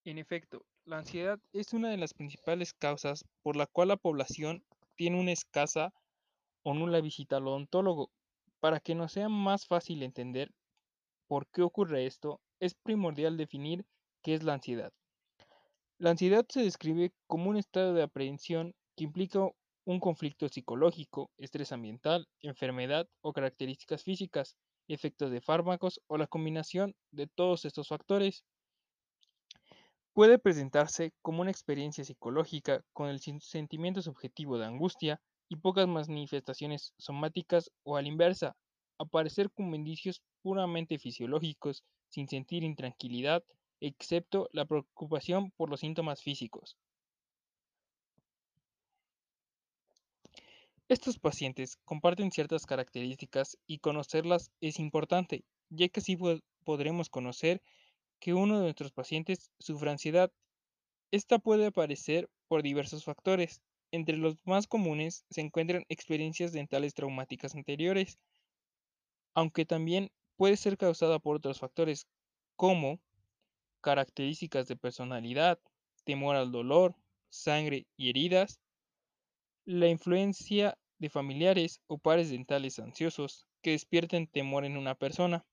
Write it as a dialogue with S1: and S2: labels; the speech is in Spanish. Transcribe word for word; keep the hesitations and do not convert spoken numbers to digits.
S1: En efecto, la ansiedad es una de las principales causas por la cual la población tiene una escasa o nula visita al odontólogo. Para que nos sea más fácil entender por qué ocurre esto, es primordial definir qué es la ansiedad. La ansiedad se describe como un estado de aprehensión que implica un conflicto psicológico, estrés ambiental, enfermedad o características físicas, efectos de fármacos o la combinación de todos estos factores. Puede presentarse como una experiencia psicológica con el sen- sentimiento subjetivo de angustia y pocas manifestaciones somáticas o a la inversa, aparecer como indicios puramente fisiológicos sin sentir intranquilidad, excepto la preocupación por los síntomas físicos. Estos pacientes comparten ciertas características y conocerlas es importante, ya que así po- podremos conocer que uno de nuestros pacientes sufre ansiedad. Esta puede aparecer por diversos factores. Entre los más comunes se encuentran experiencias dentales traumáticas anteriores, aunque también puede ser causada por otros factores como características de personalidad, temor al dolor, sangre y heridas, la influencia de familiares o pares dentales ansiosos que despierten temor en una persona.